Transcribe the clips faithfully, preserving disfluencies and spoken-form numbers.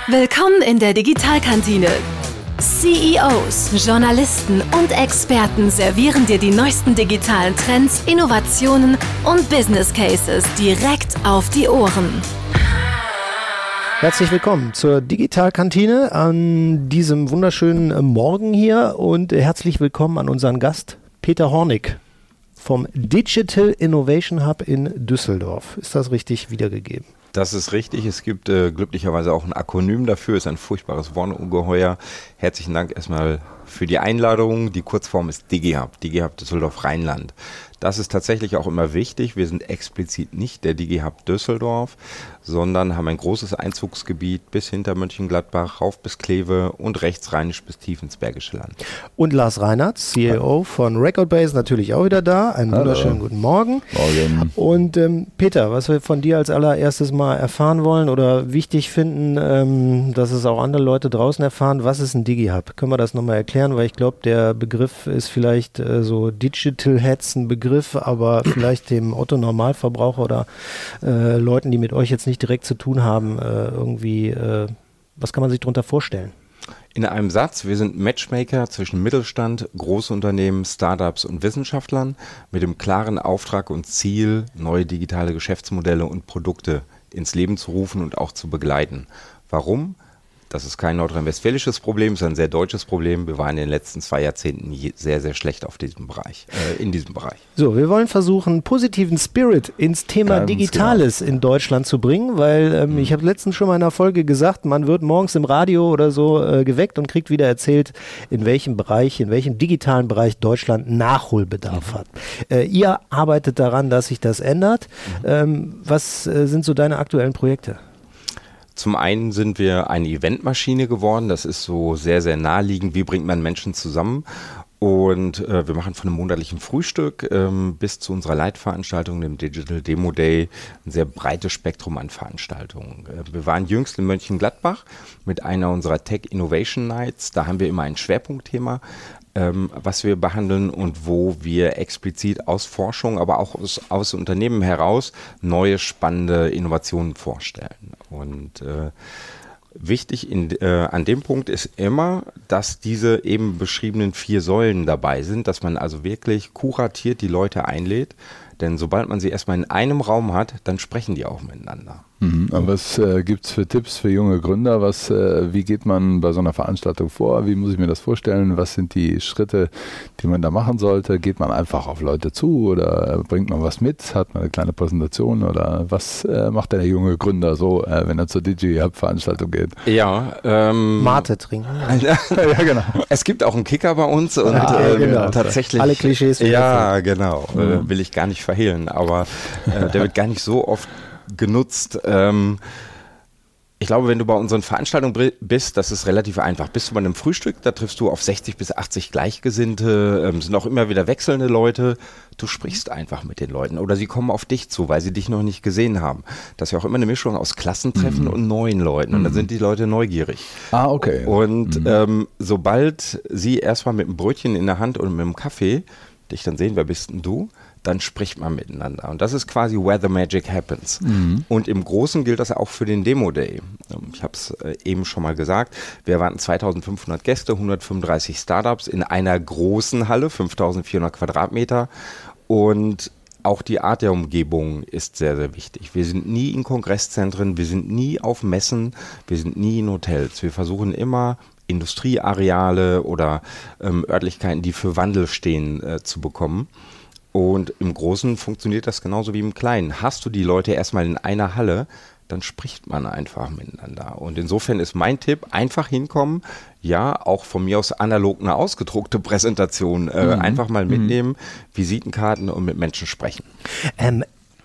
Willkommen in der Digitalkantine. C E Os, Journalisten und Experten servieren dir die neuesten digitalen Trends, Innovationen und Business Cases direkt auf die Ohren. Herzlich willkommen zur Digitalkantine an diesem wunderschönen Morgen hier und herzlich willkommen an unseren Gast Peter Hornig vom Digital Innovation Hub in Düsseldorf. Ist das richtig wiedergegeben? Das ist richtig. Es gibt äh, glücklicherweise auch ein Akronym dafür. Ist ein furchtbares Wortungeheuer. Herzlichen Dank erstmal für die Einladung. Die Kurzform ist DigiHub, DigiHub Düsseldorf Rheinland. Das ist tatsächlich auch immer wichtig. Wir sind explizit nicht der DigiHub Düsseldorf, sondern haben ein großes Einzugsgebiet bis hinter Mönchengladbach, rauf bis Kleve und rechtsrheinisch bis tief ins Bergische Land. Und Lars Reinhardt, C E O von Recordbase, natürlich auch wieder da. Einen Hallo. Wunderschönen guten Morgen. Morgen. Und ähm, Peter, was wir von dir als allererstes mal erfahren wollen oder wichtig finden, ähm, dass es auch andere Leute draußen erfahren, was ist ein DigiHub? Können wir das nochmal erklären? Weil ich glaube, der Begriff ist vielleicht äh, so Digital Heads ein Begriff, aber vielleicht dem Otto-Normalverbraucher oder äh, Leuten, die mit euch jetzt nicht direkt zu tun haben, äh, irgendwie, äh, was kann man sich darunter vorstellen? In einem Satz, wir sind Matchmaker zwischen Mittelstand, Großunternehmen, Startups und Wissenschaftlern mit dem klaren Auftrag und Ziel, neue digitale Geschäftsmodelle und Produkte ins Leben zu rufen und auch zu begleiten. Warum? Das ist kein nordrhein-westfälisches Problem, es ist ein sehr deutsches Problem. Wir waren in den letzten zwei Jahrzehnten sehr, sehr schlecht auf diesem Bereich, äh, in diesem Bereich. So, wir wollen versuchen, positiven Spirit ins Thema Ganz Digitales genau. in Deutschland zu bringen, weil ähm, mhm. ich habe letztens schon mal in einer Folge gesagt, man wird morgens im Radio oder so äh, geweckt und kriegt wieder erzählt, in welchem Bereich, in welchem digitalen Bereich Deutschland Nachholbedarf mhm. hat. Äh, ihr arbeitet daran, dass sich das ändert. Mhm. Ähm, was äh, sind so deine aktuellen Projekte? Zum einen sind wir eine Eventmaschine geworden, das ist so sehr, sehr naheliegend, wie bringt man Menschen zusammen, und äh, wir machen von einem monatlichen Frühstück ähm, bis zu unserer Leitveranstaltung, dem Digital Demo Day, ein sehr breites Spektrum an Veranstaltungen. Äh, wir waren jüngst in Mönchengladbach mit einer unserer Tech Innovation Nights, da haben wir immer ein Schwerpunktthema, ähm, was wir behandeln und wo wir explizit aus Forschung, aber auch aus, aus Unternehmen heraus neue spannende Innovationen vorstellen. Und äh, wichtig in, äh, an dem Punkt ist immer, dass diese eben beschriebenen vier Säulen dabei sind, dass man also wirklich kuratiert die Leute einlädt, denn sobald man sie erstmal in einem Raum hat, dann sprechen die auch miteinander. Mhm. Aber was äh, gibt es für Tipps für junge Gründer? Was, äh, wie geht man bei so einer Veranstaltung vor? Wie muss ich mir das vorstellen? Was sind die Schritte, die man da machen sollte? Geht man einfach auf Leute zu oder bringt man was mit? Hat man eine kleine Präsentation? Oder was äh, macht der junge Gründer so, äh, wenn er zur DigiHub-Veranstaltung geht? Ja, ähm, Mate trinken. ja, genau. Es gibt auch einen Kicker bei uns und Ah, äh, genau. tatsächlich. Alle Klischees. Ja, genau. Mhm. Äh, will ich gar nicht verhehlen, aber äh, der wird gar nicht so oft genutzt. Ähm, ich glaube, wenn du bei unseren Veranstaltungen bist, das ist relativ einfach. Bist du bei einem Frühstück, da triffst du auf sechzig bis achtzig Gleichgesinnte, ähm, sind auch immer wieder wechselnde Leute. Du sprichst einfach mit den Leuten oder sie kommen auf dich zu, weil sie dich noch nicht gesehen haben. Das ist ja auch immer eine Mischung aus Klassentreffen mhm. und neuen Leuten und dann sind die Leute neugierig. Ah, okay. Und mhm. ähm, sobald sie erstmal mit einem Brötchen in der Hand und mit einem Kaffee dich dann sehen, wer bist denn du? Dann spricht man miteinander. Und das ist quasi where the magic happens. Mhm. Und im Großen gilt das auch für den Demo Day. Ich habe es äh, eben schon mal gesagt. Wir erwarten zweitausendfünfhundert Gäste, hundertfünfunddreißig Startups in einer großen Halle, fünftausendvierhundert Quadratmeter. Und auch die Art der Umgebung ist sehr, sehr wichtig. Wir sind nie in Kongresszentren, wir sind nie auf Messen, wir sind nie in Hotels. Wir versuchen immer, Industrieareale oder ähm, Örtlichkeiten, die für Wandel stehen, äh, zu bekommen. Und im Großen funktioniert das genauso wie im Kleinen. Hast du die Leute erstmal in einer Halle, dann spricht man einfach miteinander. Und insofern ist mein Tipp, einfach hinkommen, ja, auch von mir aus analog eine ausgedruckte Präsentation, äh, mhm. einfach mal mitnehmen, mhm. Visitenkarten und mit Menschen sprechen. Ähm,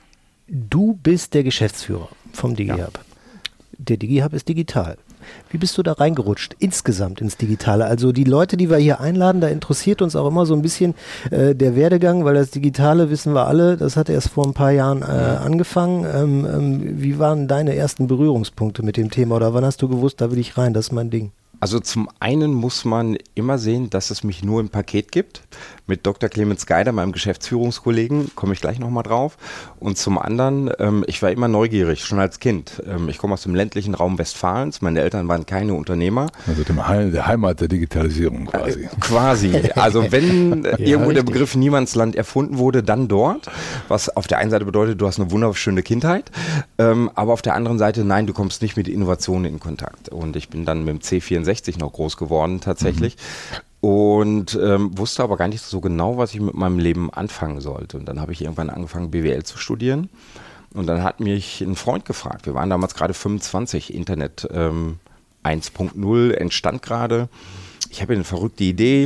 du bist der Geschäftsführer vom DigiHub. Ja. Der DigiHub ist digital. Wie bist du da reingerutscht, insgesamt ins Digitale? Also die Leute, die wir hier einladen, da interessiert uns auch immer so ein bisschen äh, der Werdegang, weil das Digitale, wissen wir alle, das hat erst vor ein paar Jahren äh, angefangen. Ähm, ähm, wie waren deine ersten Berührungspunkte mit dem Thema oder wann hast du gewusst, da will ich rein, das ist mein Ding? Also zum einen muss man immer sehen, dass es mich nur im Paket gibt. Mit Doktor Clemens Geider, meinem Geschäftsführungskollegen, komme ich gleich nochmal drauf. Und zum anderen, ähm, ich war immer neugierig, schon als Kind. Ähm, ich komme aus dem ländlichen Raum Westfalens. Meine Eltern waren keine Unternehmer. Also dem Heim, der Heimat der Digitalisierung quasi. Äh, quasi. Also wenn ja, irgendwo richtig. der Begriff Niemandsland erfunden wurde, dann dort. Was auf der einen Seite bedeutet, du hast eine wunderschöne Kindheit. Ähm, aber auf der anderen Seite, nein, du kommst nicht mit Innovationen in Kontakt. Und ich bin dann mit dem C vierundsechzig noch groß geworden tatsächlich mhm. und ähm, wusste aber gar nicht so genau, was ich mit meinem Leben anfangen sollte. Und dann habe ich irgendwann angefangen, B W L zu studieren und dann hat mich ein Freund gefragt, wir waren damals gerade fünfundzwanzig, Internet ähm, eins Punkt null entstand gerade. Ich habe eine verrückte Idee,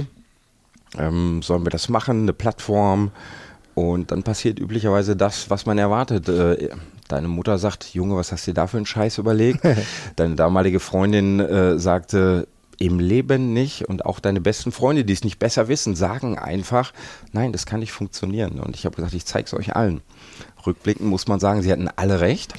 ähm, sollen wir das machen, eine Plattform, und dann passiert üblicherweise das, was man erwartet. Äh, Deine Mutter sagt, Junge, was hast du dir da für einen Scheiß überlegt? Deine damalige Freundin äh, sagte, im Leben nicht. Und auch deine besten Freunde, die es nicht besser wissen, sagen einfach, nein, das kann nicht funktionieren. Und ich habe gesagt, ich zeige es euch allen. Rückblickend muss man sagen, sie hatten alle recht.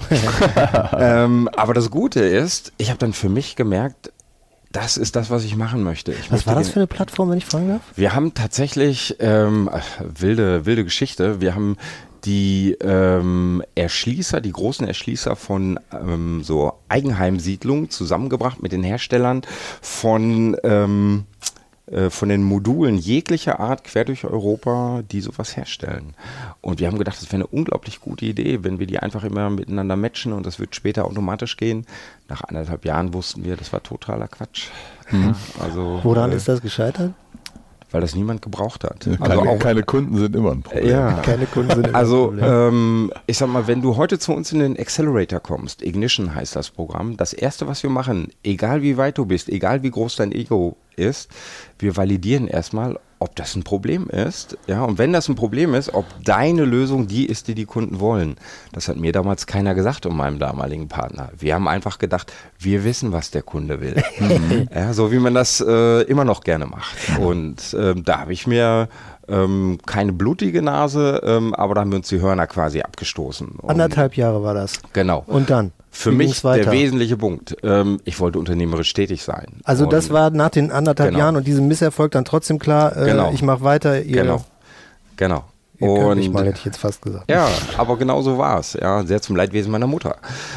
ähm, aber das Gute ist, ich habe dann für mich gemerkt, das ist das, was ich machen möchte. Ich was möchte war das für eine Plattform, wenn ich fragen darf? Wir haben tatsächlich, ähm, wilde, wilde Geschichte, wir haben die ähm, Erschließer, die großen Erschließer von ähm, so Eigenheimsiedlungen zusammengebracht mit den Herstellern von, ähm, äh, von den Modulen jeglicher Art quer durch Europa, die sowas herstellen. Und wir haben gedacht, das wäre eine unglaublich gute Idee, wenn wir die einfach immer miteinander matchen und das wird später automatisch gehen. Nach anderthalb Jahren wussten wir, das war totaler Quatsch. Mhm. Also, Woran äh, ist das gescheitert? Weil das niemand gebraucht hat. Ja, also keine, auch, keine Kunden sind immer ein Problem. Ja, Keine Kunden sind immer also ein Problem. ähm, ich sag mal, wenn du heute zu uns in den Accelerator kommst, Ignition heißt das Programm, das erste, was wir machen, egal wie weit du bist, egal wie groß dein Ego ist, wir validieren erstmal, ob das ein Problem ist, ja, und wenn das ein Problem ist, ob deine Lösung die ist, die die Kunden wollen. Das hat mir damals keiner gesagt und meinem damaligen Partner. Wir haben einfach gedacht, wir wissen, was der Kunde will. Ja, so wie man das äh, immer noch gerne macht. Und ähm, da habe ich mir ähm, keine blutige Nase, ähm, aber da haben wir uns die Hörner quasi abgestoßen. Und Anderthalb Jahre war das. Genau. Und dann? Für Wie mich ging's weiter? der wesentliche Punkt. Ähm, ich wollte unternehmerisch tätig sein. Also Und das war nach den anderthalb Genau. Jahren und diesem Misserfolg dann trotzdem klar, äh, Genau. ich mache weiter. Ihr, Genau. Genau. ihr könnt Und nicht mal, hätte ich jetzt fast gesagt. ja, aber genau so war es. Ja, sehr zum Leidwesen meiner Mutter.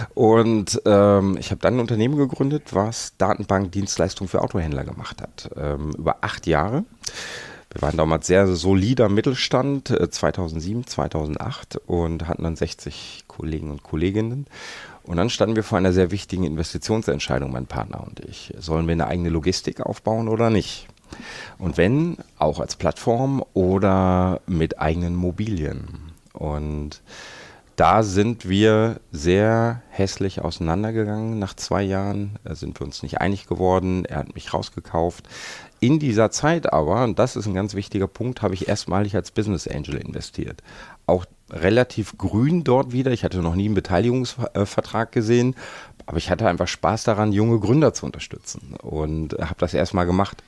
Und ähm, ich habe dann ein Unternehmen gegründet, was Datenbankdienstleistungen für Autohändler gemacht hat. Ähm, über acht Jahre. Wir waren damals sehr solider Mittelstand, äh, zweitausendsieben, zweitausendacht und hatten dann sechzig Kollegen und Kolleginnen. Und dann standen wir vor einer sehr wichtigen Investitionsentscheidung, mein Partner und ich. Sollen wir eine eigene Logistik aufbauen oder nicht? Und wenn, auch als Plattform oder mit eigenen Mobilien. Und da sind wir sehr hässlich auseinandergegangen nach zwei Jahren. Da sind wir uns nicht einig geworden. Er hat mich rausgekauft. In dieser Zeit aber, und das ist ein ganz wichtiger Punkt, habe ich erstmalig als Business Angel investiert. Auch relativ grün dort wieder. Ich hatte noch nie einen Beteiligungsvertrag gesehen, aber ich hatte einfach Spaß daran, junge Gründer zu unterstützen und habe das erstmal gemacht.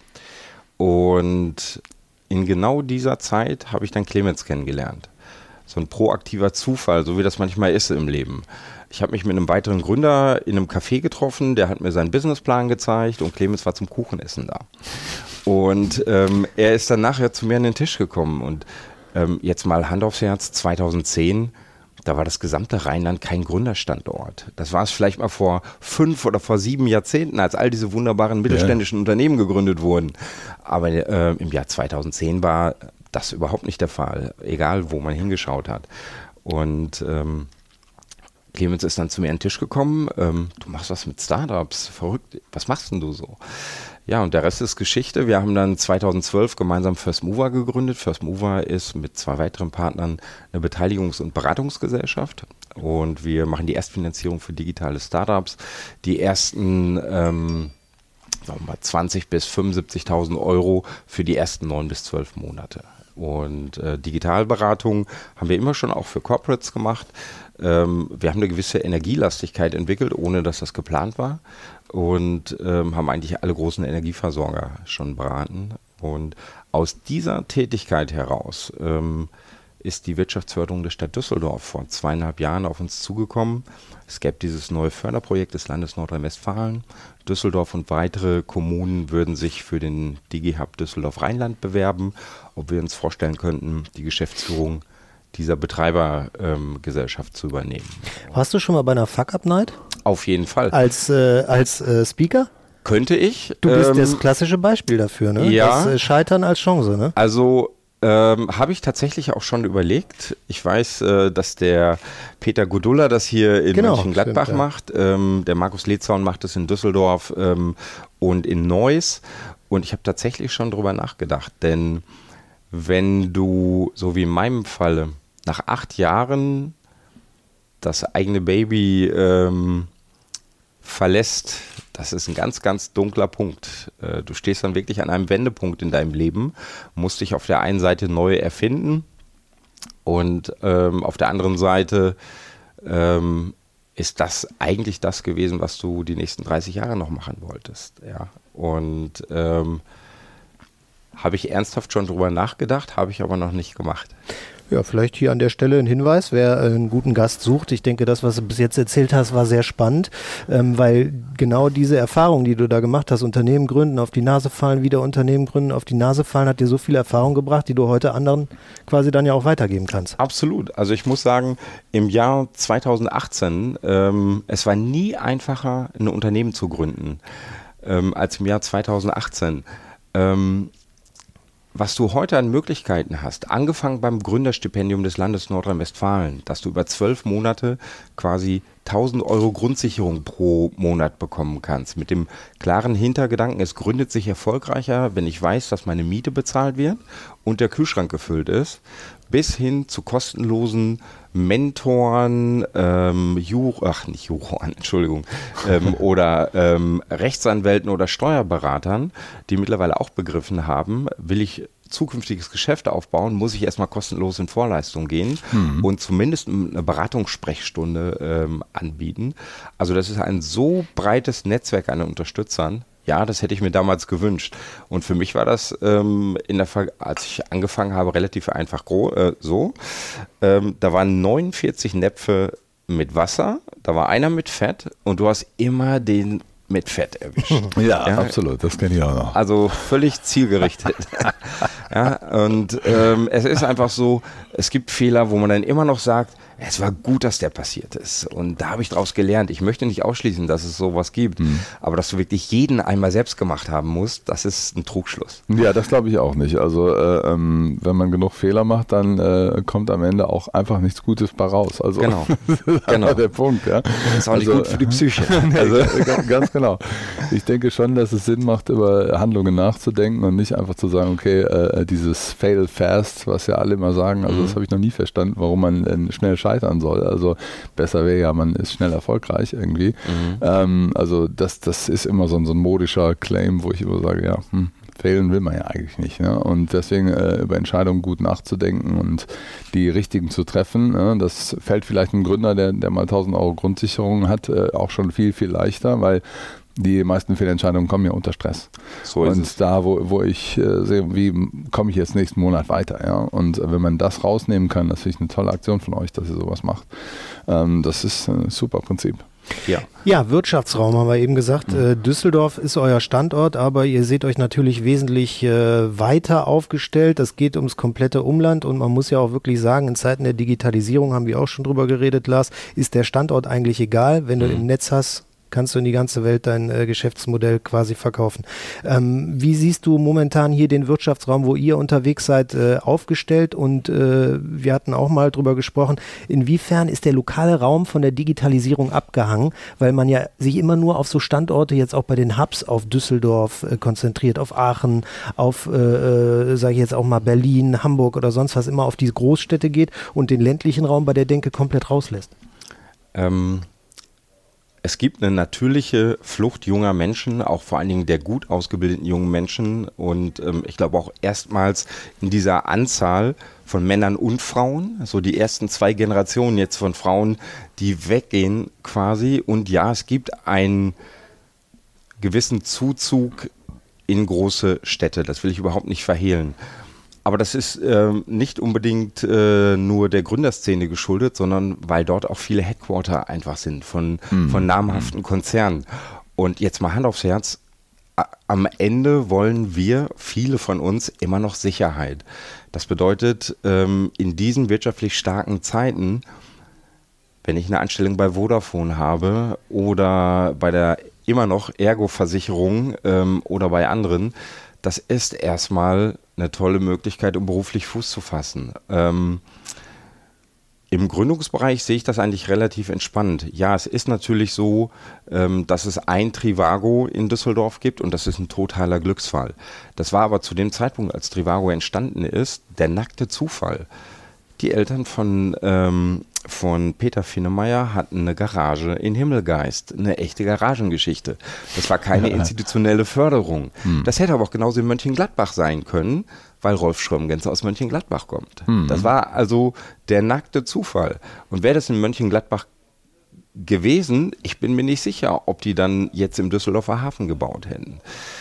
Und in genau dieser Zeit habe ich dann Clemens kennengelernt. So ein proaktiver Zufall, so wie das manchmal ist im Leben. Ich habe mich mit einem weiteren Gründer in einem Café getroffen, der hat mir seinen Businessplan gezeigt und Clemens war zum Kuchenessen da. Und ähm, er ist dann nachher zu mir an den Tisch gekommen und ähm, jetzt mal Hand aufs Herz, zweitausendzehn, da war das gesamte Rheinland kein Gründerstandort. Das war es vielleicht mal vor fünf oder vor sieben Jahrzehnten, als all diese wunderbaren mittelständischen ja. Unternehmen gegründet wurden. Aber äh, im Jahr zweitausendzehn war das überhaupt nicht der Fall, egal wo man hingeschaut hat. Und ähm, Clemens ist dann zu mir an den Tisch gekommen, ähm, du machst was mit Startups, verrückt, was machst denn du so? Ja, und der Rest ist Geschichte. Wir haben dann zweitausendzwölf gemeinsam First Mover gegründet. First Mover ist mit zwei weiteren Partnern eine Beteiligungs- und Beratungsgesellschaft. Und wir machen die Erstfinanzierung für digitale Startups. Die ersten ähm, sagen wir mal zwanzigtausend bis fünfundsiebzigtausend Euro für die ersten neun bis zwölf Monate. Und äh, Digitalberatung haben wir immer schon auch für Corporates gemacht. Ähm, wir haben eine gewisse Energielastigkeit entwickelt, ohne dass das geplant war. Und ähm, haben eigentlich alle großen Energieversorger schon beraten. Und aus dieser Tätigkeit heraus ähm, ist die Wirtschaftsförderung der Stadt Düsseldorf vor zweieinhalb Jahren auf uns zugekommen. Es gäbe dieses neue Förderprojekt des Landes Nordrhein-Westfalen. Düsseldorf und weitere Kommunen würden sich für den DigiHub Düsseldorf-Rheinland bewerben, ob wir uns vorstellen könnten, die Geschäftsführung dieser Betreibergesellschaft ähm, zu übernehmen. Warst du schon mal bei einer Fuck-Up-Night? Auf jeden Fall. Als, äh, als äh, Speaker? Könnte ich. Du bist ähm, das klassische Beispiel dafür, ne? Ja. Das äh, Scheitern als Chance, ne? Also ähm, habe ich tatsächlich auch schon überlegt. Ich weiß, äh, dass der Peter Godulla das hier in Genau, Mönchengladbach stimmt, ja. macht. Ähm, der Markus Lehzaun macht es in Düsseldorf ähm, und in Neuss. Und ich habe tatsächlich schon drüber nachgedacht. Denn wenn du, so wie in meinem Falle, nach acht Jahren das eigene Baby ähm, verlässt, das ist ein ganz, ganz dunkler Punkt. Äh, du stehst dann wirklich an einem Wendepunkt in deinem Leben, musst dich auf der einen Seite neu erfinden und ähm, auf der anderen Seite ähm, ist das eigentlich das gewesen, was du die nächsten dreißig Jahre noch machen wolltest. Ja? Und ähm, habe ich ernsthaft schon drüber nachgedacht, habe ich aber noch nicht gemacht. Ja, vielleicht hier an der Stelle ein Hinweis, wer äh, einen guten Gast sucht. Ich denke, das, was du bis jetzt erzählt hast, war sehr spannend, ähm, weil genau diese Erfahrung, die du da gemacht hast, Unternehmen gründen, auf die Nase fallen, wieder Unternehmen gründen, auf die Nase fallen, hat dir so viel Erfahrung gebracht, die du heute anderen quasi dann ja auch weitergeben kannst. Absolut. Also ich muss sagen, im Jahr zweitausendachtzehn, ähm, es war nie einfacher, ein Unternehmen zu gründen, ähm, als im Jahr zweitausendachtzehn. Ähm, Was du heute an Möglichkeiten hast, angefangen beim Gründerstipendium des Landes Nordrhein-Westfalen, dass du über zwölf Monate quasi tausend Euro Grundsicherung pro Monat bekommen kannst, mit dem klaren Hintergedanken, es gründet sich erfolgreicher, wenn ich weiß, dass meine Miete bezahlt wird und der Kühlschrank gefüllt ist, bis hin zu kostenlosen Mentoren, ähm, Jur ach nicht Juroren, Entschuldigung, ähm, oder ähm, Rechtsanwälten oder Steuerberatern, die mittlerweile auch begriffen haben, will ich zukünftiges Geschäft aufbauen, muss ich erstmal kostenlos in Vorleistung gehen mhm. und zumindest eine Beratungssprechstunde ähm, anbieten. Also das ist ein so breites Netzwerk an Unterstützern. Ja, das hätte ich mir damals gewünscht. Und für mich war das, ähm, in der Ver- als ich angefangen habe, relativ einfach gro- äh, so. Ähm, da waren neunundvierzig Näpfe mit Wasser, da war einer mit Fett und du hast immer den mit Fett erwischt. Ja, ja, absolut, das kenne ich auch noch. Also völlig zielgerichtet. Ja, und ähm, es ist einfach so, es gibt Fehler, wo man dann immer noch sagt, es war gut, dass der passiert ist. Und da habe ich daraus gelernt. Ich möchte nicht ausschließen, dass es sowas gibt. Mhm. Aber dass du wirklich jeden einmal selbst gemacht haben musst, das ist ein Trugschluss. Ja, das glaube ich auch nicht. Also äh, ähm, wenn man genug Fehler macht, dann äh, kommt am Ende auch einfach nichts Gutes bei raus. Also, genau. Das ist genau. der Punkt. Ja. Das ist auch nicht also, gut für die Psyche. Nee, also. ganz, ganz genau. Ich denke schon, dass es Sinn macht, über Handlungen nachzudenken und nicht einfach zu sagen, okay, äh, dieses Fail fast, was ja alle immer sagen, also mhm. das habe ich noch nie verstanden, warum man äh, schnell scheitern soll. Also besser wäre ja, man ist schnell erfolgreich irgendwie. Mhm. Ähm, also das, das ist immer so ein, so ein modischer Claim, wo ich immer sage, ja, hm, failen will man ja eigentlich nicht. Ne? Und deswegen äh, über Entscheidungen gut nachzudenken und die richtigen zu treffen, ne? Das fällt vielleicht einem Gründer, der, der mal tausend Euro Grundsicherung hat, äh, auch schon viel, viel leichter, weil die meisten Fehlentscheidungen kommen ja unter Stress. So ist und es. da, wo, wo ich äh, sehe, wie komme ich jetzt nächsten Monat weiter. Ja? Und äh, wenn man das rausnehmen kann, das finde ich eine tolle Aktion von euch, dass ihr sowas macht. Ähm, das ist ein super Prinzip. Ja. Ja, Wirtschaftsraum haben wir eben gesagt. Mhm. Äh, Düsseldorf ist euer Standort, aber ihr seht euch natürlich wesentlich äh, weiter aufgestellt. Das geht ums komplette Umland und man muss ja auch wirklich sagen, in Zeiten der Digitalisierung, haben wir auch schon drüber geredet, Lars, ist der Standort eigentlich egal. Wenn du mhm. im Netz hast, kannst du in die ganze Welt dein äh, Geschäftsmodell quasi verkaufen. Ähm, wie siehst du momentan hier den Wirtschaftsraum, wo ihr unterwegs seid, äh, aufgestellt? Und äh, wir hatten auch mal drüber gesprochen, inwiefern ist der lokale Raum von der Digitalisierung abgehangen, weil man ja sich immer nur auf so Standorte, jetzt auch bei den Hubs, auf Düsseldorf äh, konzentriert, auf Aachen, auf, äh, äh, sage ich jetzt auch mal Berlin, Hamburg oder sonst was, immer auf die Großstädte geht und den ländlichen Raum bei der Denke komplett rauslässt? Ähm Es gibt eine natürliche Flucht junger Menschen, auch vor allen Dingen der gut ausgebildeten jungen Menschen und ähm, ich glaube auch erstmals in dieser Anzahl von Männern und Frauen, so die ersten zwei Generationen jetzt von Frauen, die weggehen quasi und ja, es gibt einen gewissen Zuzug in große Städte, das will ich überhaupt nicht verhehlen. aber das ist äh, nicht unbedingt äh, nur der Gründerszene geschuldet, sondern weil dort auch viele Headquarter einfach sind von, mhm. von namhaften mhm. Konzernen. Und jetzt mal Hand aufs Herz, a- am Ende wollen wir, viele von uns, immer noch Sicherheit. Das bedeutet, ähm, in diesen wirtschaftlich starken Zeiten, wenn ich eine Anstellung bei Vodafone habe oder bei der immer noch Ergo-Versicherung ähm, oder bei anderen, das ist erstmal eine tolle Möglichkeit, um beruflich Fuß zu fassen. Ähm, Im Gründungsbereich sehe ich das eigentlich relativ entspannt. Ja, es ist natürlich so, ähm, dass es ein Trivago in Düsseldorf gibt und das ist ein totaler Glücksfall. Das war aber zu dem Zeitpunkt, als Trivago entstanden ist, der nackte Zufall. Die Eltern von, ähm, von Peter Finnemeier hatten eine Garage in Himmelgeist, eine echte Garagengeschichte. Das war keine institutionelle Förderung. Hm. Das hätte aber auch genauso in Mönchengladbach sein können, weil Rolf Schrömgens aus Mönchengladbach kommt. Hm. Das war also der nackte Zufall. Und wäre das in Mönchengladbach gewesen, ich bin mir nicht sicher, ob die dann jetzt im Düsseldorfer Hafen gebaut hätten.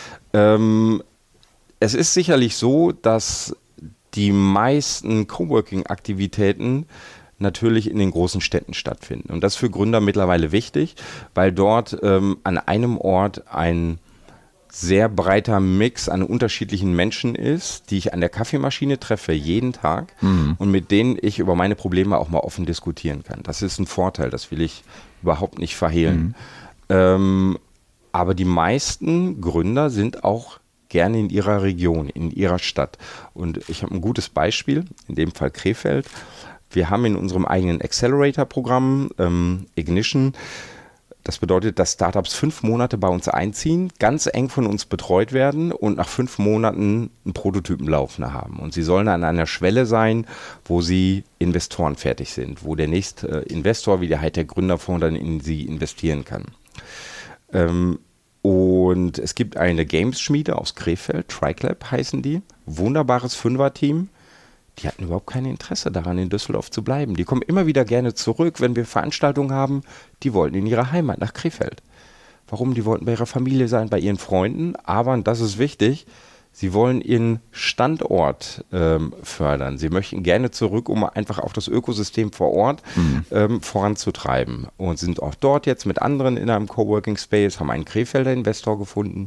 Ähm, es ist sicherlich so, dass die meisten Coworking-Aktivitäten natürlich in den großen Städten stattfinden. Und das ist für Gründer mittlerweile wichtig, weil dort ähm, an einem Ort ein sehr breiter Mix an unterschiedlichen Menschen ist, die ich an der Kaffeemaschine treffe jeden Tag mhm. und mit denen ich über meine Probleme auch mal offen diskutieren kann. Das ist ein Vorteil, das will ich überhaupt nicht verhehlen. Mhm. Ähm, aber die meisten Gründer sind auch gerne in ihrer Region, in ihrer Stadt. Und ich habe ein gutes Beispiel, in dem Fall Krefeld. Wir haben in unserem eigenen Accelerator-Programm ähm, Ignition, das bedeutet, dass Startups fünf Monate bei uns einziehen, ganz eng von uns betreut werden und nach fünf Monaten einen Prototypen laufen haben. Und sie sollen an einer Schwelle sein, wo sie Investoren fertig sind, wo der nächste Investor, wie der Hightech-Gründerfonds, dann in sie investieren kann. Ähm, Und es gibt eine Games-Schmiede aus Krefeld, TriClap heißen die, wunderbares Fünfer-Team. Die hatten überhaupt kein Interesse daran, in Düsseldorf zu bleiben. Die kommen immer wieder gerne zurück, wenn wir Veranstaltungen haben. Die wollten in ihre Heimat nach Krefeld. Warum? Die wollten bei ihrer Familie sein, bei ihren Freunden. Aber, und das ist wichtig, sie wollen ihren Standort ähm, fördern. Sie möchten gerne zurück, um einfach auch das Ökosystem vor Ort mhm. ähm, voranzutreiben. Und sind auch dort jetzt mit anderen in einem Coworking Space, haben einen Krefelder Investor gefunden.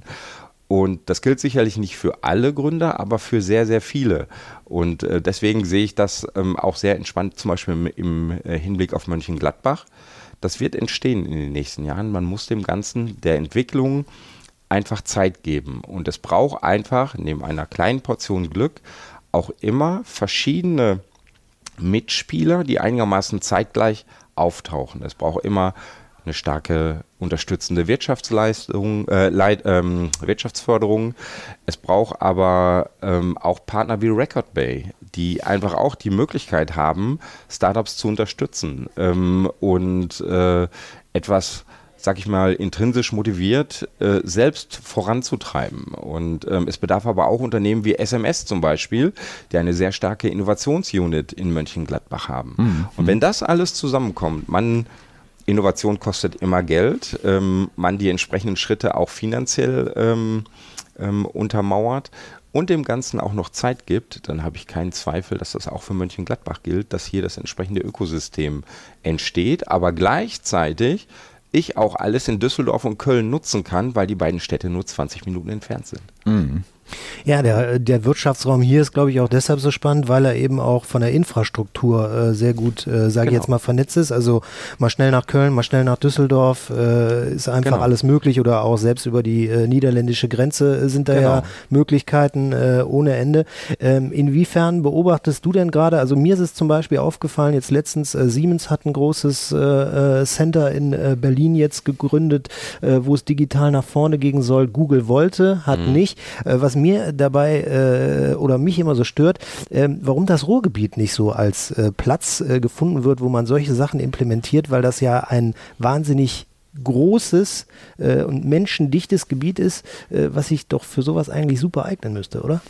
Und das gilt sicherlich nicht für alle Gründer, aber für sehr, sehr viele. Und äh, deswegen sehe ich das ähm, auch sehr entspannt, zum Beispiel im, im äh, Hinblick auf Mönchengladbach. Das wird entstehen in den nächsten Jahren. Man muss dem Ganzen, der Entwicklung, einfach Zeit geben. Und es braucht einfach, neben einer kleinen Portion Glück, auch immer verschiedene Mitspieler, die einigermaßen zeitgleich auftauchen. Es braucht immer eine starke unterstützende Wirtschaftsleistung, äh, Leit, ähm, Wirtschaftsförderung. Es braucht aber ähm, auch Partner wie Record Bay, die einfach auch die Möglichkeit haben, Startups zu unterstützen ähm, und äh, etwas, sag ich mal, intrinsisch motiviert, äh, selbst voranzutreiben. Und ähm, es bedarf aber auch Unternehmen wie S M S zum Beispiel, die eine sehr starke Innovationsunit in Mönchengladbach haben. Mhm. Und wenn das alles zusammenkommt, man Innovation kostet immer Geld, ähm, man die entsprechenden Schritte auch finanziell ähm, ähm, untermauert und dem Ganzen auch noch Zeit gibt, dann habe ich keinen Zweifel, dass das auch für Mönchengladbach gilt, dass hier das entsprechende Ökosystem entsteht, aber gleichzeitig ich auch alles in Düsseldorf und Köln nutzen kann, weil die beiden Städte nur zwanzig Minuten entfernt sind. Mhm. Ja, der, der Wirtschaftsraum hier ist, glaube ich, auch deshalb so spannend, weil er eben auch von der Infrastruktur äh, sehr gut, äh, sage ich Genau. jetzt mal, vernetzt ist. Also mal schnell nach Köln, mal schnell nach Düsseldorf, äh, ist einfach Genau. alles möglich oder auch selbst über die äh, niederländische Grenze äh, sind da Genau. ja Möglichkeiten äh, ohne Ende. Ähm, inwiefern beobachtest du denn gerade, also mir ist es zum Beispiel aufgefallen, jetzt letztens äh, Siemens hat ein großes äh, Center in äh, Berlin jetzt gegründet, äh, wo es digital nach vorne gehen soll. Google wollte, hat mhm. nicht. Äh, was mir dabei äh, oder mich immer so stört, äh, warum das Ruhrgebiet nicht so als äh, Platz äh, gefunden wird, wo man solche Sachen implementiert, weil das ja ein wahnsinnig großes äh, und menschendichtes Gebiet ist, äh, was sich doch für sowas eigentlich super eignen müsste, oder?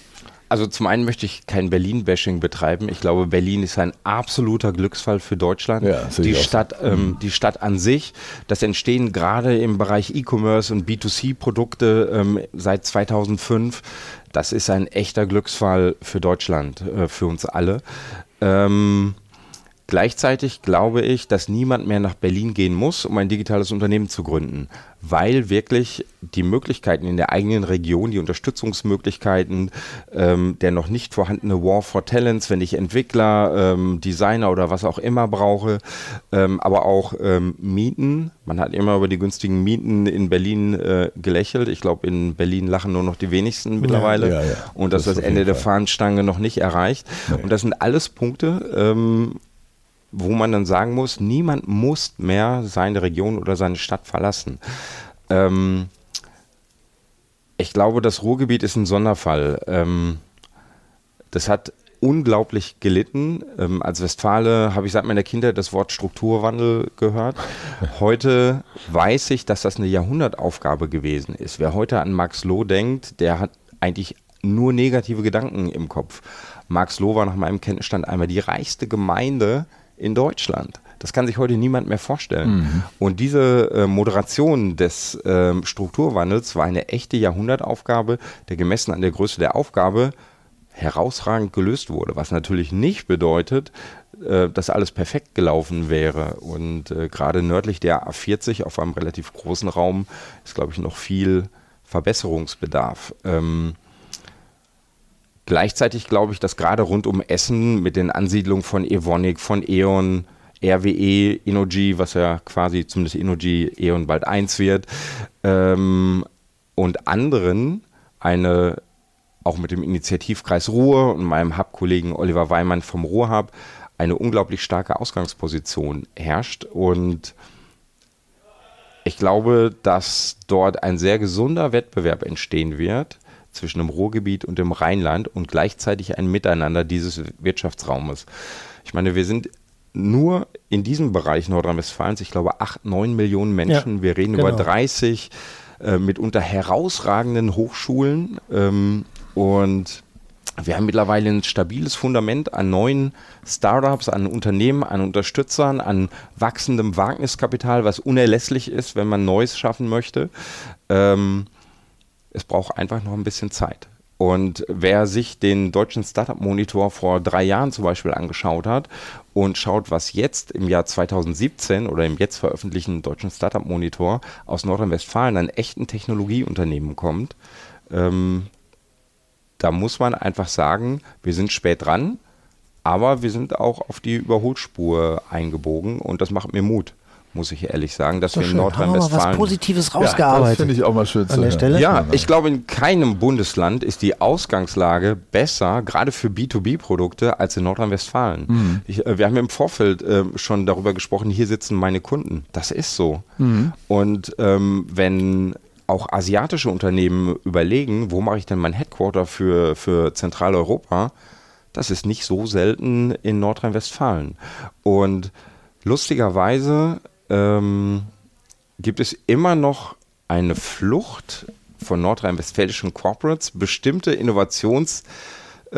Also zum einen möchte ich kein Berlin-Bashing betreiben. Ich glaube, Berlin ist ein absoluter Glücksfall für Deutschland. Ja, die Stadt, ähm, die Stadt an sich, das Entstehen gerade im Bereich E-Commerce und B zwei C-Produkte ähm, seit zweitausendfünf, das ist ein echter Glücksfall für Deutschland, äh, für uns alle. Ähm, Gleichzeitig glaube ich, dass niemand mehr nach Berlin gehen muss, um ein digitales Unternehmen zu gründen, weil wirklich die Möglichkeiten in der eigenen Region, die Unterstützungsmöglichkeiten, ähm, der noch nicht vorhandene War for Talents, wenn ich Entwickler, ähm, Designer oder was auch immer brauche, ähm, aber auch ähm, Mieten. Man hat immer über die günstigen Mieten in Berlin äh, gelächelt. Ich glaube, in Berlin lachen nur noch die wenigsten mittlerweile. Ja, ja, ja. Und das, das ist das Ende der Fahnenstange noch nicht erreicht. Nee. Und das sind alles Punkte, ähm, wo man dann sagen muss, niemand muss mehr seine Region oder seine Stadt verlassen. Ähm, ich glaube, das Ruhrgebiet ist ein Sonderfall. Ähm, das hat unglaublich gelitten. Ähm, als Westfale habe ich seit meiner Kindheit das Wort Strukturwandel gehört. Heute weiß ich, dass das eine Jahrhundertaufgabe gewesen ist. Wer heute an Max Loh denkt, der hat eigentlich nur negative Gedanken im Kopf. Max Loh war nach meinem Kenntnisstand einmal die reichste Gemeinde in Deutschland. Das kann sich heute niemand mehr vorstellen. Mhm. Und diese äh, Moderation des äh, Strukturwandels war eine echte Jahrhundertaufgabe, der gemessen an der Größe der Aufgabe herausragend gelöst wurde. Was natürlich nicht bedeutet, äh, dass alles perfekt gelaufen wäre. Und äh, gerade nördlich der A vierzig auf einem relativ großen Raum ist, glaube ich, noch viel Verbesserungsbedarf. Ähm, Gleichzeitig glaube ich, dass gerade rund um Essen mit den Ansiedlungen von Evonik, von E.ON, R W E, Innogy, was ja quasi zumindest Innogy E.ON bald eins wird, ähm, und anderen eine, auch mit dem Initiativkreis Ruhr und meinem Hub-Kollegen Oliver Weimann vom Ruhr-Hub, eine unglaublich starke Ausgangsposition herrscht. Und ich glaube, dass dort ein sehr gesunder Wettbewerb entstehen wird zwischen dem Ruhrgebiet und dem Rheinland und gleichzeitig ein Miteinander dieses Wirtschaftsraumes. Ich meine, wir sind nur in diesem Bereich Nordrhein-Westfalens, ich glaube, acht, neun Millionen Menschen. Ja, wir reden genau. über dreißig äh, mitunter herausragenden Hochschulen ähm, und wir haben mittlerweile ein stabiles Fundament an neuen Startups, an Unternehmen, an Unterstützern, an wachsendem Wagniskapital, was unerlässlich ist, wenn man Neues schaffen möchte. Ähm, Es braucht einfach noch ein bisschen Zeit. Und wer sich den deutschen Startup-Monitor vor drei Jahren zum Beispiel angeschaut hat und schaut, was jetzt im Jahr zweitausendsiebzehn oder im jetzt veröffentlichten deutschen Startup-Monitor aus Nordrhein-Westfalen an echten Technologieunternehmen kommt, ähm, da muss man einfach sagen, wir sind spät dran, aber wir sind auch auf die Überholspur eingebogen und das macht mir Mut. Muss ich ehrlich sagen, dass so wir in schön. Nordrhein-Westfalen... Haben wir was Positives rausgearbeitet. Ja, das finde ich auch mal schön an der Stelle. Ja, ich glaube, in keinem Bundesland ist die Ausgangslage besser, gerade für B zwei B-Produkte, als in Nordrhein-Westfalen. Mhm. Ich, wir haben im Vorfeld äh, schon darüber gesprochen, hier sitzen meine Kunden. Das ist so. Mhm. Und ähm, wenn auch asiatische Unternehmen überlegen, wo mache ich denn mein Headquarter für, für Zentraleuropa, das ist nicht so selten in Nordrhein-Westfalen. Und lustigerweise Ähm, gibt es immer noch eine Flucht von nordrhein-westfälischen Corporates, bestimmte Innovationslabore,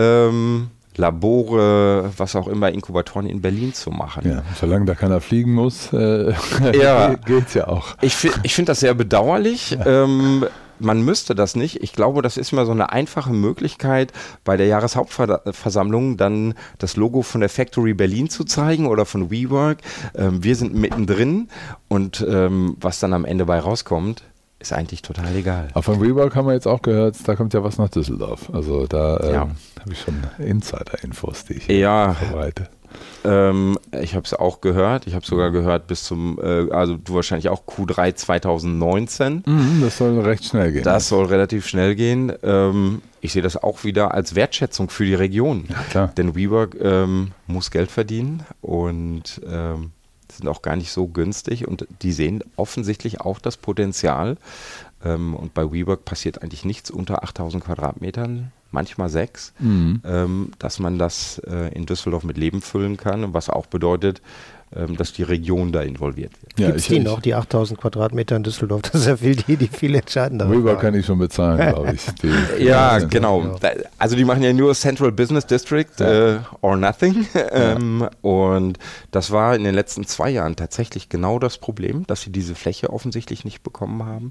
ähm, was auch immer, Inkubatoren in Berlin zu machen. Ja, solange da keiner fliegen muss, äh, ja, geht's ja auch. Ich, ich finde das sehr bedauerlich. Ja. Ähm, Man müsste das nicht. Ich glaube, das ist mal so eine einfache Möglichkeit, bei der Jahreshauptversammlung dann das Logo von der Factory Berlin zu zeigen oder von WeWork. Ähm, wir sind mittendrin und ähm, was dann am Ende bei rauskommt, ist eigentlich total egal. Aber von WeWork haben wir jetzt auch gehört, da kommt ja was nach Düsseldorf. Also da ähm, ja. habe ich schon Insider-Infos, die ich ja. verbreite. Ähm, ich habe es auch gehört. Ich habe sogar gehört bis zum, äh, also du wahrscheinlich auch Q drei zweitausendneunzehn. Mhm, das soll recht schnell gehen. Das soll relativ schnell gehen. Ähm, ich sehe das auch wieder als Wertschätzung für die Region. Ja, klar. Denn WeWork ähm, muss Geld verdienen und ähm, sind auch gar nicht so günstig und die sehen offensichtlich auch das Potenzial. Ähm, und bei WeWork passiert eigentlich nichts unter achttausend Quadratmetern. Manchmal sechs, mhm. ähm, dass man das äh, in Düsseldorf mit Leben füllen kann, was auch bedeutet, ähm, dass die Region da involviert wird. Ja, Gibt es die noch, die achttausend Quadratmeter in Düsseldorf? Das ist ja viel, die, die viel entscheidender sind. Rüber kann ich schon bezahlen, glaube ich. Die, ja, genau. Also die machen ja nur Central Business District ja. äh, or nothing. ähm, ja. Und das war in den letzten zwei Jahren tatsächlich genau das Problem, dass sie diese Fläche offensichtlich nicht bekommen haben.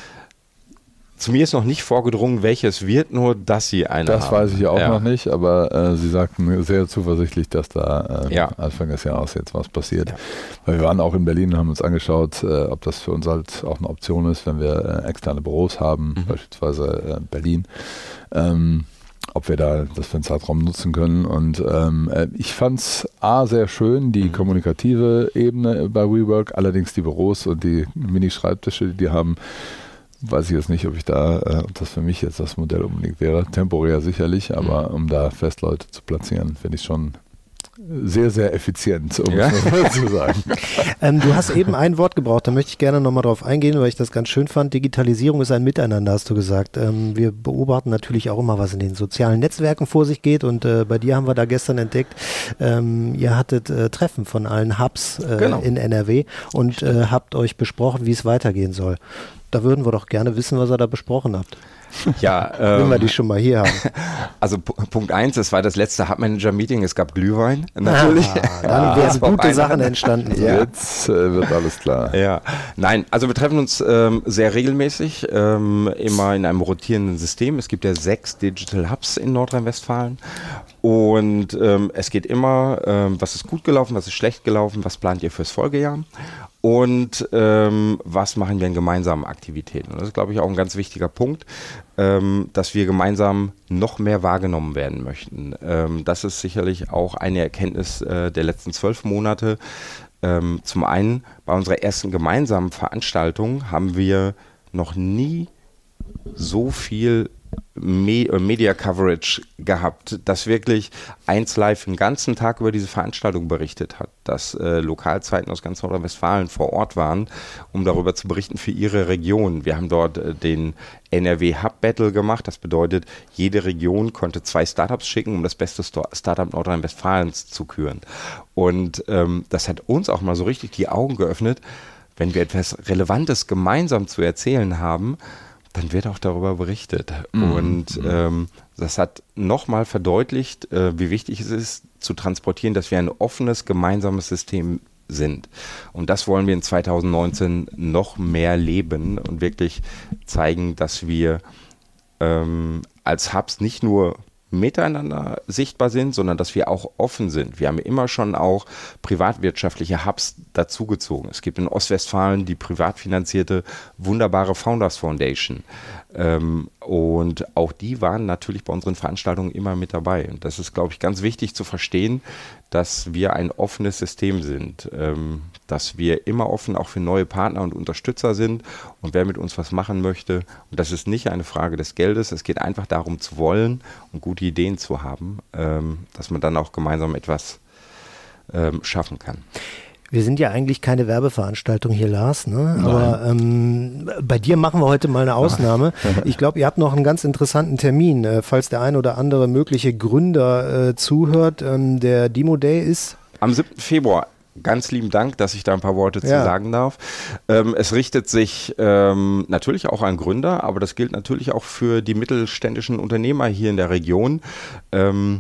Zu mir ist noch nicht vorgedrungen, welches wird, nur dass sie eine Das haben. weiß ich auch ja. noch nicht, aber äh, sie sagten sehr zuversichtlich, dass da äh, ja. Anfang des Jahres jetzt was passiert. Ja. Weil wir waren auch in Berlin und haben uns angeschaut, äh, ob das für uns halt auch eine Option ist, wenn wir äh, externe Büros haben, mhm. beispielsweise äh, Berlin. Ähm, ob wir da das für einen Zeitraum nutzen können. Und ähm, ich fand es A, sehr schön, die mhm. kommunikative Ebene bei WeWork, allerdings die Büros und die Mini-Schreibtische, die die haben, weiß ich jetzt nicht, ob ich da, äh, ob das für mich jetzt das Modell unbedingt wäre. Temporär sicherlich, aber um da Festleute zu platzieren, finde ich schon sehr, sehr effizient, um ja. es mal zu sagen. ähm, du hast eben ein Wort gebraucht, da möchte ich gerne nochmal drauf eingehen, weil ich das ganz schön fand. Digitalisierung ist ein Miteinander, hast du gesagt. Ähm, wir beobachten natürlich auch immer, was in den sozialen Netzwerken vor sich geht, und äh, bei dir haben wir da gestern entdeckt, ähm, ihr hattet äh, Treffen von allen Hubs äh, genau. in N R W und äh, habt euch besprochen, wie es weitergehen soll. Da würden wir doch gerne wissen, was ihr da besprochen habt. Ja, ähm, wenn wir die schon mal hier haben. Also P- Punkt eins, es war das letzte Hub-Manager-Meeting, es gab Glühwein, natürlich. Ah, dann werden gute Sachen entstanden. Ja. Jetzt äh, wird alles klar. Ja, nein, also wir treffen uns ähm, sehr regelmäßig, ähm, immer in einem rotierenden System. Es gibt ja sechs Digital Hubs in Nordrhein-Westfalen und ähm, es geht immer, ähm, was ist gut gelaufen, was ist schlecht gelaufen, was plant ihr fürs Folgejahr? Und ähm, was machen wir in gemeinsamen Aktivitäten? Und das ist, glaube ich, auch ein ganz wichtiger Punkt, ähm, dass wir gemeinsam noch mehr wahrgenommen werden möchten. Ähm, das ist sicherlich auch eine Erkenntnis äh, der letzten zwölf Monate. Ähm, zum einen, bei unserer ersten gemeinsamen Veranstaltung haben wir noch nie so viel Me- Media Coverage gehabt, dass wirklich eins Live den ganzen Tag über diese Veranstaltung berichtet hat, dass äh, Lokalzeiten aus ganz Nordrhein-Westfalen vor Ort waren, um darüber zu berichten für ihre Region. Wir haben dort äh, den N R W Hub Battle gemacht, das bedeutet, jede Region konnte zwei Startups schicken, um das beste Sto- Startup Nordrhein-Westfalens zu küren. Und ähm, das hat uns auch mal so richtig die Augen geöffnet, wenn wir etwas Relevantes gemeinsam zu erzählen haben, dann wird auch darüber berichtet. Mhm. Und ähm, das hat nochmal verdeutlicht, äh, wie wichtig es ist, zu transportieren, dass wir ein offenes, gemeinsames System sind. Und das wollen wir in zwanzig neunzehn noch mehr leben und wirklich zeigen, dass wir ähm, als Hubs nicht nur miteinander sichtbar sind, sondern dass wir auch offen sind. Wir haben immer schon auch privatwirtschaftliche Hubs dazugezogen. Es gibt in Ostwestfalen die privat finanzierte wunderbare Founders Foundation. Ähm, und auch die waren natürlich bei unseren Veranstaltungen immer mit dabei. Und das ist, glaube ich, ganz wichtig zu verstehen, dass wir ein offenes System sind, ähm, dass wir immer offen auch für neue Partner und Unterstützer sind und wer mit uns was machen möchte. Und das ist nicht eine Frage des Geldes, es geht einfach darum zu wollen und gute Ideen zu haben, ähm, dass man dann auch gemeinsam etwas ähm, schaffen kann. Wir sind ja eigentlich keine Werbeveranstaltung hier, Lars, ne? Aber ähm, bei dir machen wir heute mal eine Ausnahme. Ich glaube, ihr habt noch einen ganz interessanten Termin, äh, falls der ein oder andere mögliche Gründer äh, zuhört. Ähm, der Demo Day ist? Am siebten Februar. Ganz lieben Dank, dass ich da ein paar Worte zu ja. sagen darf. Ähm, es richtet sich ähm, natürlich auch an Gründer, aber das gilt natürlich auch für die mittelständischen Unternehmer hier in der Region. Ähm,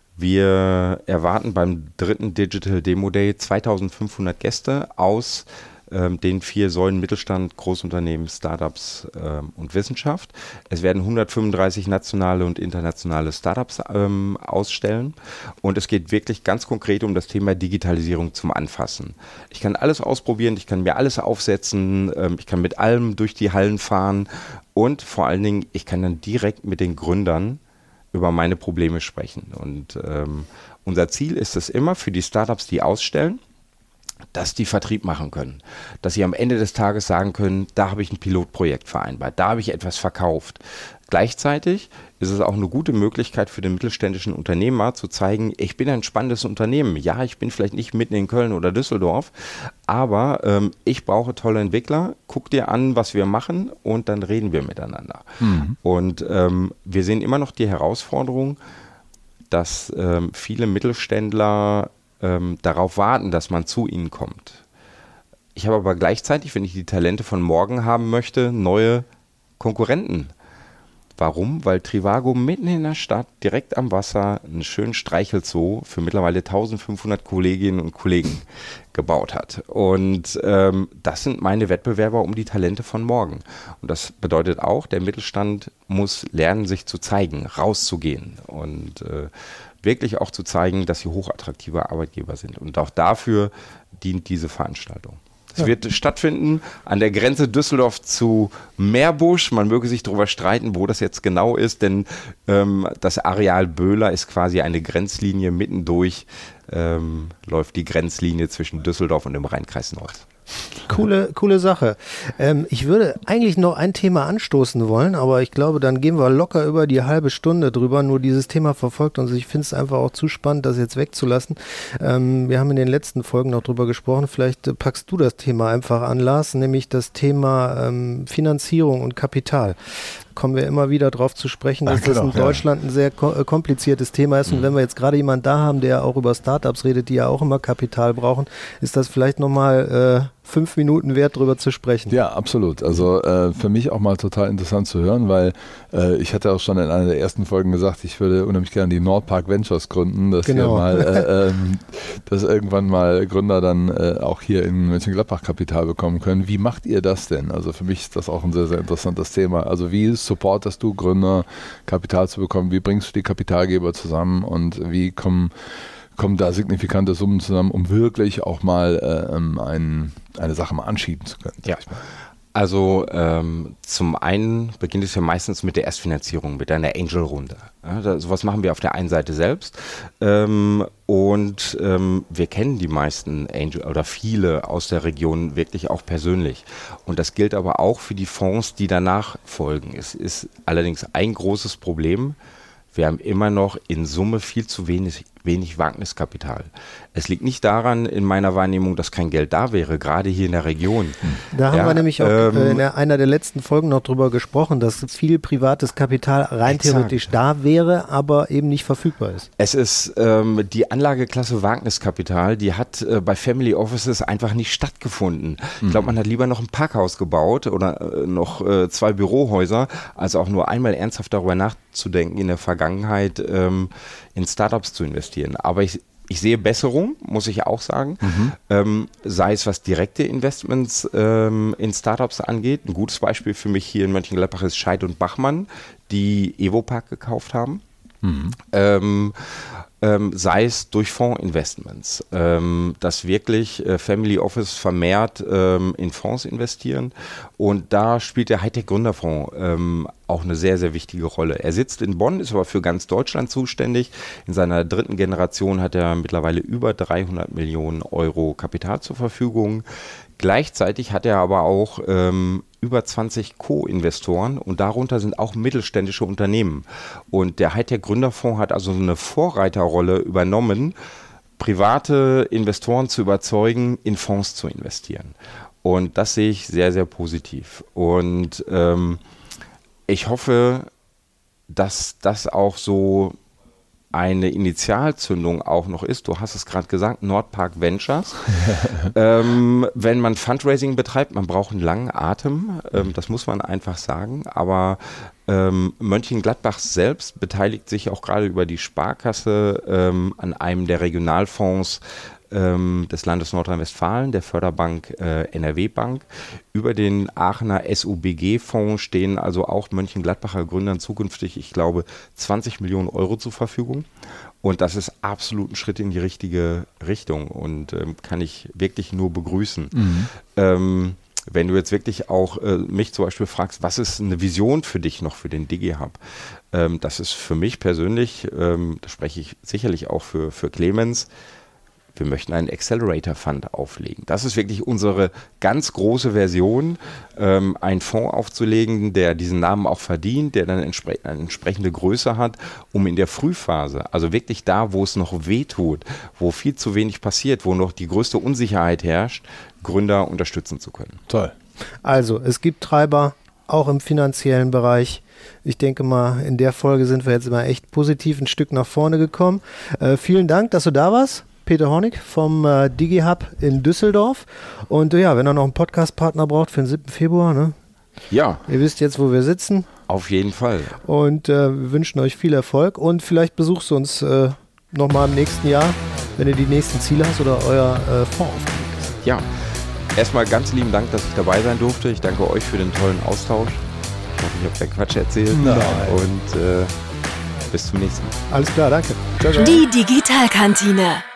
Wir erwarten beim dritten Digital Demo Day zweitausendfünfhundert Gäste aus ähm, den vier Säulen Mittelstand, Großunternehmen, Startups ähm, und Wissenschaft. Es werden hundertfünfunddreißig nationale und internationale Startups ähm, ausstellen und es geht wirklich ganz konkret um das Thema Digitalisierung zum Anfassen. Ich kann alles ausprobieren, ich kann mir alles aufsetzen, ähm, ich kann mit allem durch die Hallen fahren und vor allen Dingen, ich kann dann direkt mit den Gründern über meine Probleme sprechen. Und ähm, unser Ziel ist es immer für die Startups, die ausstellen, dass die Vertrieb machen können. Dass sie am Ende des Tages sagen können, da habe ich ein Pilotprojekt vereinbart, da habe ich etwas verkauft. Gleichzeitig ist es auch eine gute Möglichkeit für den mittelständischen Unternehmer zu zeigen, ich bin ein spannendes Unternehmen. Ja, ich bin vielleicht nicht mitten in Köln oder Düsseldorf, aber ähm, ich brauche tolle Entwickler. Guck dir an, was wir machen und dann reden wir miteinander. Mhm. Und ähm, wir sehen immer noch die Herausforderung, dass ähm, viele Mittelständler ähm, darauf warten, dass man zu ihnen kommt. Ich habe aber gleichzeitig, wenn ich die Talente von morgen haben möchte, neue Konkurrenten. Warum? Weil Trivago mitten in der Stadt, direkt am Wasser, einen schönen Streichelzoo für mittlerweile eintausendfünfhundert Kolleginnen und Kollegen gebaut hat. Und ähm, das sind meine Wettbewerber um die Talente von morgen. Und das bedeutet auch, der Mittelstand muss lernen, sich zu zeigen, rauszugehen und äh, wirklich auch zu zeigen, dass sie hochattraktive Arbeitgeber sind. Und auch dafür dient diese Veranstaltung. Es wird stattfinden an der Grenze Düsseldorf zu Meerbusch. Man möge sich darüber streiten, wo das jetzt genau ist, denn ähm, das Areal Böhler ist quasi eine Grenzlinie. Mittendurch ähm, läuft die Grenzlinie zwischen Düsseldorf und dem Rheinkreis Nord. Coole, coole Sache. Ähm, ich würde eigentlich noch ein Thema anstoßen wollen, aber ich glaube, dann gehen wir locker über die halbe Stunde drüber. Nur dieses Thema verfolgt uns. Ich finde es einfach auch zu spannend, das jetzt wegzulassen. Ähm, wir haben in den letzten Folgen noch drüber gesprochen. Vielleicht äh, packst du das Thema einfach an, Lars, nämlich das Thema ähm, Finanzierung und Kapital. Kommen wir immer wieder drauf zu sprechen, dass Ach, genau, das in Deutschland ja. ein sehr ko- kompliziertes Thema ist. Und mhm. wenn wir jetzt gerade jemanden da haben, der auch über Startups redet, die ja auch immer Kapital brauchen, ist das vielleicht nochmal äh, fünf Minuten wert, drüber zu sprechen. Ja, absolut. Also äh, für mich auch mal total interessant zu hören, weil äh, ich hatte auch schon in einer der ersten Folgen gesagt, ich würde unheimlich gerne die Nordpark Ventures gründen, dass genau. hier mal, äh, ähm, dass irgendwann mal Gründer dann äh, auch hier in Mönchengladbach Kapital bekommen können. Wie macht ihr das denn? Also für mich ist das auch ein sehr, sehr interessantes Thema. Also wie supportest du Gründer, Kapital zu bekommen? Wie bringst du die Kapitalgeber zusammen und wie kommen kommen da signifikante Summen zusammen, um wirklich auch mal äh, ein, eine Sache mal anschieben zu können? Ja. Also ähm, zum einen beginnt es ja meistens mit der Erstfinanzierung, mit einer Angel-Runde. Ja, da, sowas machen wir auf der einen Seite selbst ähm, und ähm, wir kennen die meisten Angel oder viele aus der Region wirklich auch persönlich. Und das gilt aber auch für die Fonds, die danach folgen. Es ist allerdings ein großes Problem. Wir haben immer noch in Summe viel zu wenig, wenig Wagniskapital. Es liegt nicht daran, in meiner Wahrnehmung, dass kein Geld da wäre, gerade hier in der Region. Da haben ja, wir nämlich auch ähm, in einer der letzten Folgen noch drüber gesprochen, dass viel privates Kapital rein exakt. theoretisch da wäre, aber eben nicht verfügbar ist. Es ist ähm, die Anlageklasse Wagniskapital, die hat äh, bei Family Offices einfach nicht stattgefunden. Mhm. Ich glaube, man hat lieber noch ein Parkhaus gebaut oder äh, noch äh, zwei Bürohäuser, als auch nur einmal ernsthaft darüber nachzudenken, in der Vergangenheit ähm, in Startups zu investieren. Aber ich Ich sehe Besserung, muss ich auch sagen, mhm. ähm, sei es was direkte Investments ähm, in Startups angeht. Ein gutes Beispiel für mich hier in Mönchengladbach ist Scheid und Bachmann, die Evopark gekauft haben. Mhm. Ähm, ähm, sei es durch Fondsinvestments, ähm, dass wirklich äh, Family Office vermehrt ähm, in Fonds investieren. Und da spielt der Hightech Gründerfonds ähm, auch eine sehr, sehr wichtige Rolle. Er sitzt in Bonn, ist aber für ganz Deutschland zuständig. In seiner dritten Generation hat er mittlerweile über dreihundert Millionen Euro Kapital zur Verfügung. Gleichzeitig hat er aber auch ähm, über zwanzig Co-Investoren und darunter sind auch mittelständische Unternehmen. Und der Hightech Gründerfonds hat also eine Vorreiterrolle übernommen, private Investoren zu überzeugen, in Fonds zu investieren. Und das sehe ich sehr, sehr positiv. Und ähm, ich hoffe, dass das auch so eine Initialzündung auch noch ist. Du hast es gerade gesagt, Nordpark Ventures. ähm, wenn man Fundraising betreibt, man braucht einen langen Atem, ähm, das muss man einfach sagen, aber ähm, Mönchengladbach selbst beteiligt sich auch gerade über die Sparkasse ähm, an einem der Regionalfonds ähm, des Landes Nordrhein-Westfalen, der Förderbank äh, N R W Bank. Über den Aachener S U B G-Fonds stehen also auch Mönchengladbacher Gründern zukünftig, ich glaube, zwanzig Millionen Euro zur Verfügung. Und das ist absolut ein Schritt in die richtige Richtung und ähm, kann ich wirklich nur begrüßen. Mhm. Ähm, wenn du jetzt wirklich auch äh, mich zum Beispiel fragst, was ist eine Vision für dich noch für den DigiHub? Ähm, das ist für mich persönlich, ähm, da spreche ich sicherlich auch für, für Clemens, wir möchten einen Accelerator Fund auflegen. Das ist wirklich unsere ganz große Version, ähm, einen Fonds aufzulegen, der diesen Namen auch verdient, der dann entspre- eine entsprechende Größe hat, um in der Frühphase, also wirklich da, wo es noch weh tut, wo viel zu wenig passiert, wo noch die größte Unsicherheit herrscht, Gründer unterstützen zu können. Toll. Also, es gibt Treiber, auch im finanziellen Bereich. Ich denke mal, in der Folge sind wir jetzt immer echt positiv ein Stück nach vorne gekommen. Äh, vielen Dank, dass du da warst. Peter Hornig vom äh, DigiHub in Düsseldorf. Und äh, ja, wenn ihr noch einen Podcast-Partner braucht für den siebten Februar, ne? Ja. Ihr wisst jetzt, wo wir sitzen. Auf jeden Fall. Und äh, wir wünschen euch viel Erfolg und vielleicht besuchst du uns äh, nochmal im nächsten Jahr, wenn du die nächsten Ziele hast oder euer äh, Fonds auflegst. Ja, erstmal ganz lieben Dank, dass ich dabei sein durfte. Ich danke euch für den tollen Austausch. Ich hoffe, ich habe keinen Quatsch erzählt. Nein. Und äh, bis zum nächsten Mal. Alles klar, danke. Ciao, ciao. Die Digitalkantine.